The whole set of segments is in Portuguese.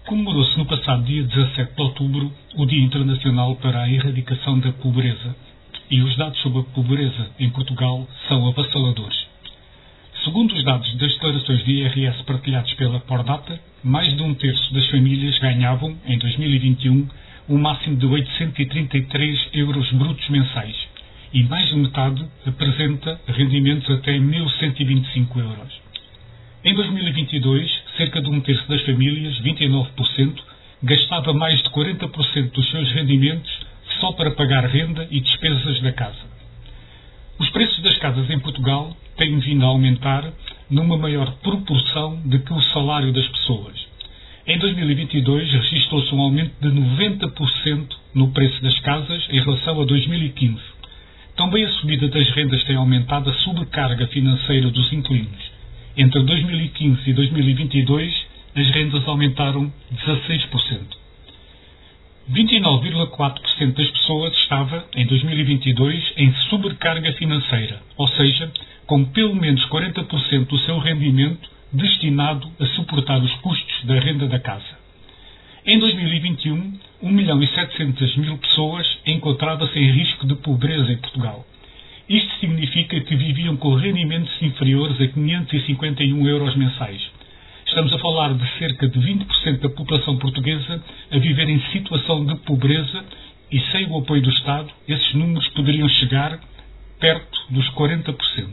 Comemorou-se no passado dia 17 de outubro o Dia Internacional para a Erradicação da Pobreza e os dados sobre a pobreza em Portugal são avassaladores. Segundo os dados das declarações de IRS partilhados pela Pordata, mais de um terço das famílias ganhavam, em 2021, um máximo de 833 euros brutos mensais e mais de metade apresenta rendimentos até 1.125 euros. Em 2022, cerca de um terço das famílias, 29%, gastava mais de 40% dos seus rendimentos só para pagar renda e despesas da casa. Os preços das casas em Portugal têm vindo a aumentar numa maior proporção do que o salário das pessoas. Em 2022, registrou-se um aumento de 90% no preço das casas em relação a 2015. Também a subida das rendas tem aumentado a sobrecarga financeira dos inquilinos. Entre 2015 e 2022, as rendas aumentaram 16%. 29,4% das pessoas estava, em 2022, em sobrecarga financeira, ou seja, com pelo menos 40% do seu rendimento destinado a suportar os custos da renda da casa. Em 2021, 1.700.000 pessoas encontravam-se em risco de pobreza em Portugal. Isto significa que viviam com rendimentos inferiores a 551 euros mensais. Estamos a falar de cerca de 20% da população portuguesa a viver em situação de pobreza e, sem o apoio do Estado, esses números poderiam chegar perto dos 40%.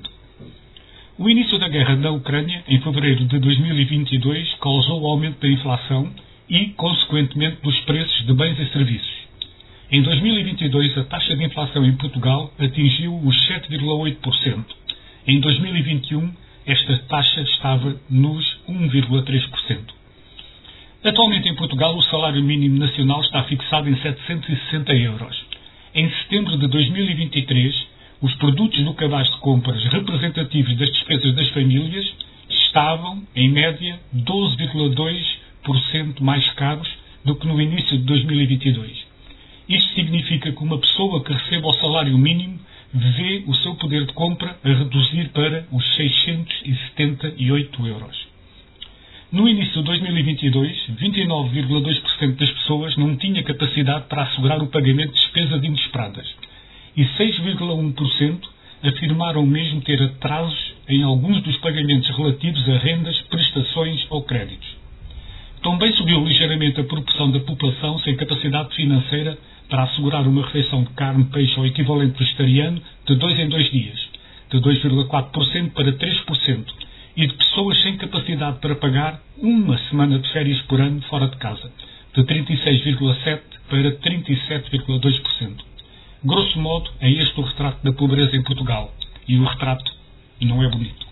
O início da guerra na Ucrânia, em fevereiro de 2022, causou o aumento da inflação e, consequentemente, dos preços de bens e serviços. Em 2022, a taxa de inflação em Portugal atingiu os 7,8%. Em 2021, esta taxa estava nos 1,3%. Atualmente em Portugal, o salário mínimo nacional está fixado em 760 euros. Em setembro de 2023, os produtos do cabaz de compras representativos das despesas das famílias estavam, em média, 12,2% mais caros do que no início de 2022. Isto significa que uma pessoa que recebe o salário mínimo vê o seu poder de compra a reduzir para os 678 euros. No início de 2022, 29,2% das pessoas não tinha capacidade para assegurar o pagamento de despesas inesperadas e 6,1% afirmaram mesmo ter atrasos em alguns dos pagamentos relativos a rendas, prestações ou créditos. Também subiu ligeiramente a proporção da população sem capacidade financeira para assegurar uma refeição de carne, peixe ou equivalente vegetariano de 2 em 2 dias, de 2,4% para 3%, e de pessoas sem capacidade para pagar uma semana de férias por ano fora de casa, de 36,7% para 37,2%. Grosso modo, é este o retrato da pobreza em Portugal, e o retrato não é bonito.